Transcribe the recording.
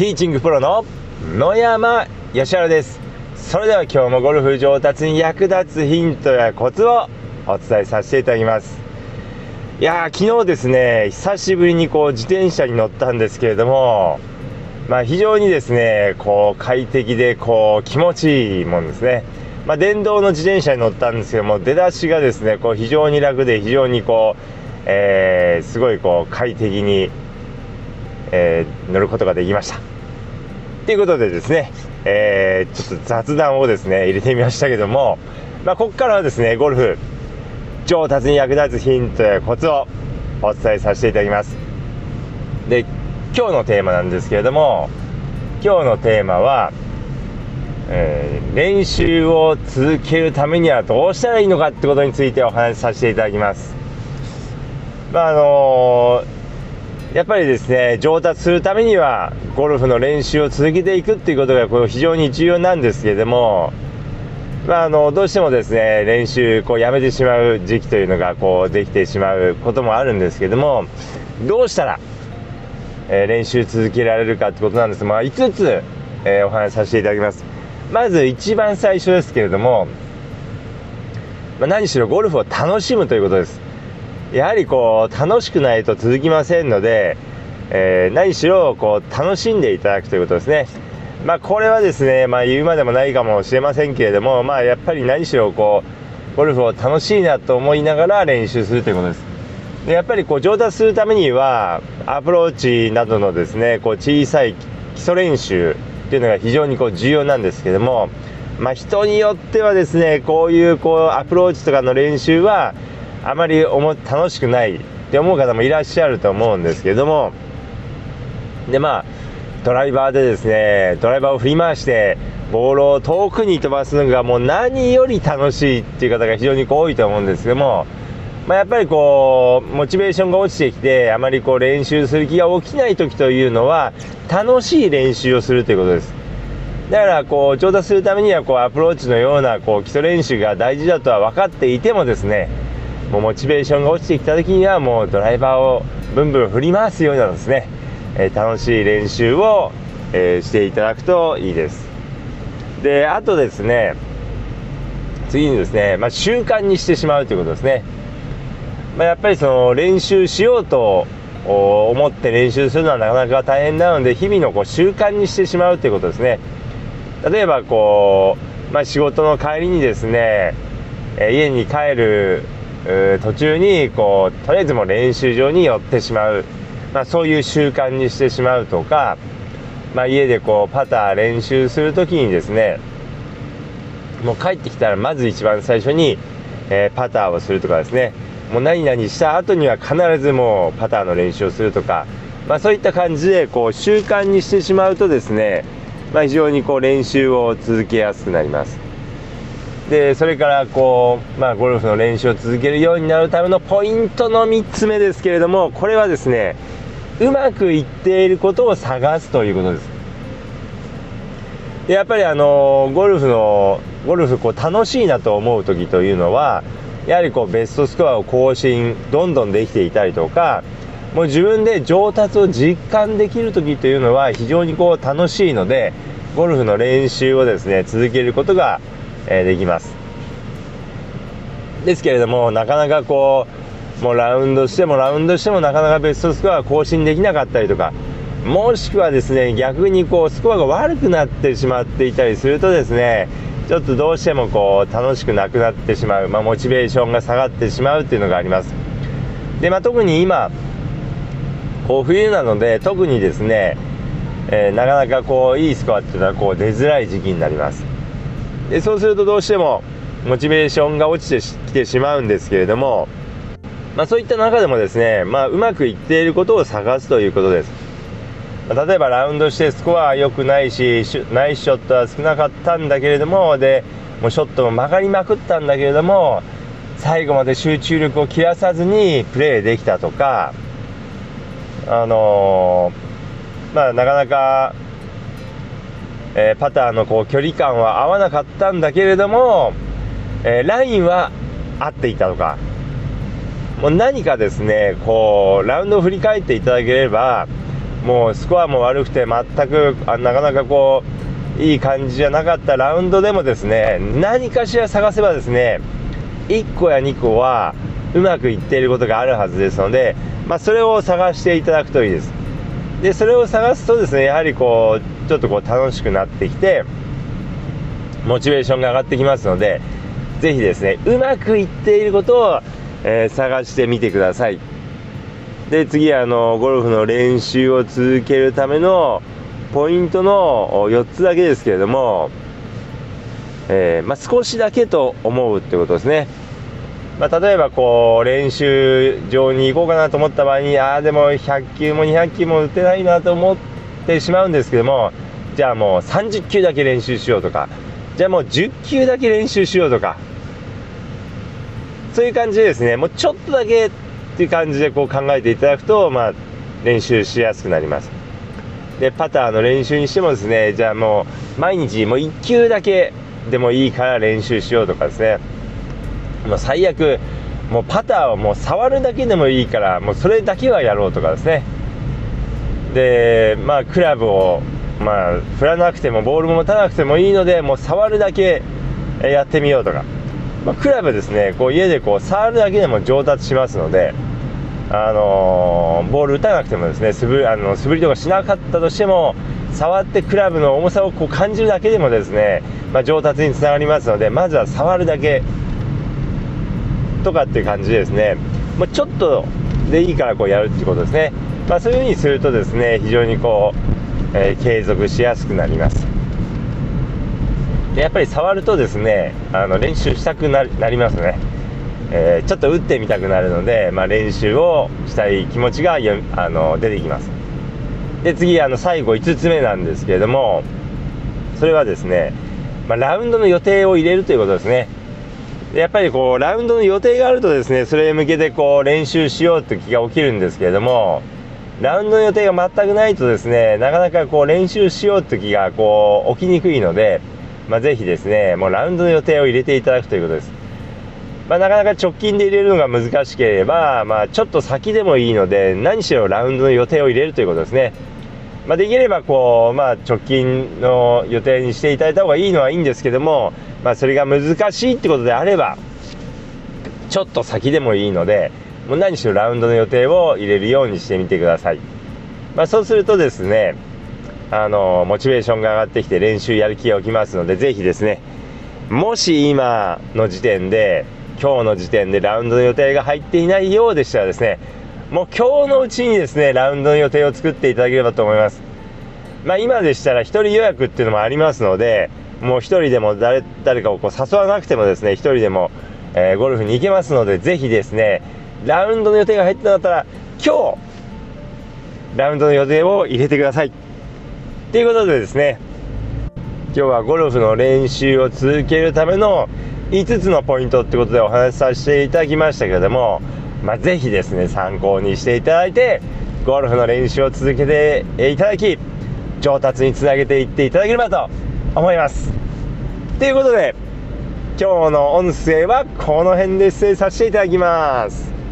ティーチングプロの野山義原です。それでは今日もゴルフ上達に役立つヒントやコツをお伝えさせていただきます。いやー、昨日ですね、久しぶりに自転車に乗ったんですけれども、非常にですね快適で気持ちいいもんですね。電動の自転車に乗ったんですけども、出だしがですね非常に楽で、非常にすごい快適に、乗ることができました。ということでですね、ちょっと雑談をですね入れてみましたけども、ここからはですねゴルフ上達に役立つヒントやコツをお伝えさせていただきます。で、今日のテーマなんですけれども、今日のテーマは、練習を続けるためにはどうしたらいいのかってことについてお話しさせていただきます。やっぱりですね、上達するためにはゴルフの練習を続けていくっていうことが非常に重要なんですけれども、どうしてもですね練習やめてしまう時期というのができてしまうこともあるんですけども、どうしたら、練習続けられるかってことなんですが、5つ、お話しさせていただきます。まず一番最初ですけれども、何しろゴルフを楽しむということです。やはり楽しくないと続きませんので、何しろ楽しんでいただくということですね。これはですね、言うまでもないかもしれませんけれども、やっぱり何しろゴルフを楽しいなと思いながら練習するということです。で、やっぱり上達するためにはアプローチなどのですね小さい基礎練習というのが非常に重要なんですけども、人によってはですねこういうアプローチとかの練習はあまり楽しくないって思う方もいらっしゃると思うんですけれども、でドライバーでですねドライバーを振り回してボールを遠くに飛ばすのがもう何より楽しいっていう方が非常に多いと思うんですけども、やっぱりモチベーションが落ちてきてあまり練習する気が起きない時というのは楽しい練習をするということです。だから上達するためにはアプローチのような基礎練習が大事だとは分かっていてもですね、もうモチベーションが落ちてきた時にはもうドライバーをブンブン振り回すようなですね、楽しい練習を、していただくといいです。で、あとですね、次にですね、習慣にしてしまうということですね。やっぱり練習しようと思って練習するのはなかなか大変なので、日々の習慣にしてしまうということですね。例えば仕事の帰りにですね、家に帰る途中にとりあえずもう練習場に寄ってしまう、そういう習慣にしてしまうとか、家でパター練習するときにですね、もう帰ってきたらまず一番最初に、パターをするとかですね、もう何々した後には必ずもうパターの練習をするとか、そういった感じで習慣にしてしまうとですね、非常に練習を続けやすくなります。で、それからゴルフの練習を続けるようになるためのポイントの3つ目ですけれども、これはですね、うまくいっていることを探すということです。で、やっぱりゴルフ楽しいなと思う時というのは、やはりベストスコアを更新どんどんできていたりとか、もう自分で上達を実感できる時というのは非常に楽しいので、ゴルフの練習をですね続けることができます。ですけれども、なかなかもうラウンドしてもなかなかベストスコアを更新できなかったりとか、もしくはですね逆にスコアが悪くなってしまっていたりするとですね、ちょっとどうしても楽しくなくなってしまう、モチベーションが下がってしまうっていうのがあります。で、特に今冬なので特にですね、なかなかいいスコアっていうのは出づらい時期になります。で、そうするとどうしてもモチベーションが落ちてきてしまうんですけれども、そういった中でもですね、うまくいっていることを探すということです。例えばラウンドしてスコアは良くないし、ナイスショットは少なかったんだけれども、でもうショットも曲がりまくったんだけれども、最後まで集中力を切らさずにプレーできたとか、なかなか、パターの距離感は合わなかったんだけれども、ラインは合っていたとか、もう何かですねラウンドを振り返っていただければもうスコアも悪くて全くなかなかこういい感じじゃなかったラウンドでもですね、何かしら探せばですね、1個や2個はうまくいっていることがあるはずですので、それを探していただくといいです。でそれを探すとですね、やはりこうちょっとこう楽しくなってきてモチベーションが上がってきますので、ぜひですね、うまくいっていることを、探してみてください。で次はゴルフの練習を続けるためのポイントの4つだけですけれども、少しだけと思うってことですね。例えばこう練習場に行こうかなと思った場合に、でも100球も200球も打てないなと思ってしまうんですけども、じゃあもう30球だけ練習しようとか、じゃあもう10球だけ練習しようとか、そういう感じでですね、もうちょっとだけっていう感じでこう考えていただくと、練習しやすくなります。でパターの練習にしてもですね、じゃあもう毎日もう1球だけでもいいから練習しようとかですね、もう最悪もうパターをもう触るだけでもいいからもうそれだけはやろうとかですね。でクラブを振らなくてもボールも持たなくてもいいので、もう触るだけやってみようとか、クラブですね、こう家でこう触るだけでも上達しますので、ボール打たなくてもですね、素振りとかしなかったとしても触ってクラブの重さをこう感じるだけでもですね、上達につながりますので、まずは触るだけとかっていう感じでですね、もうちょっとでいいからこうやるっていうことですね。そういう風にするとですね、非常にこう、継続しやすくなります。でやっぱり触るとですね、練習したくなりますね。ちょっと打ってみたくなるので、練習をしたい気持ちが出てきます。で次最後5つ目なんですけれども、それはですね、ラウンドの予定を入れるということですね。でやっぱりこうラウンドの予定があるとですね、それに向けてこう練習しようという気が起きるんですけれども、ラウンドの予定が全くないとですね、なかなかこう練習しようという気がこう起きにくいので、ぜひですね、もうラウンドの予定を入れていただくということです。なかなか直近で入れるのが難しければ、ちょっと先でもいいので、何しろラウンドの予定を入れるということですね。できればこう、直近の予定にしていただいた方がいいのはいいんですけども、それが難しいってことであればちょっと先でもいいので、もう何しろラウンドの予定を入れるようにしてみてください。そうするとですね、モチベーションが上がってきて練習やる気が起きますので、ぜひですね、もし今の時点で今日の時点でラウンドの予定が入っていないようでしたらですね、もう今日のうちにですねラウンドの予定を作っていただければと思います。今でしたら1人予約っていうのもありますので、もう1人でも誰かをこう誘わなくてもですね、1人でも、ゴルフに行けますので、ぜひですねラウンドの予定が入ってなかったら今日ラウンドの予定を入れてくださいということでですね、今日はゴルフの練習を続けるための5つのポイントってことでお話しさせていただきましたけれども、ぜひですね参考にしていただいてゴルフの練習を続けていただき、上達につなげていっていただければと思います。ということで今日の音声はこの辺で失礼させていただきます。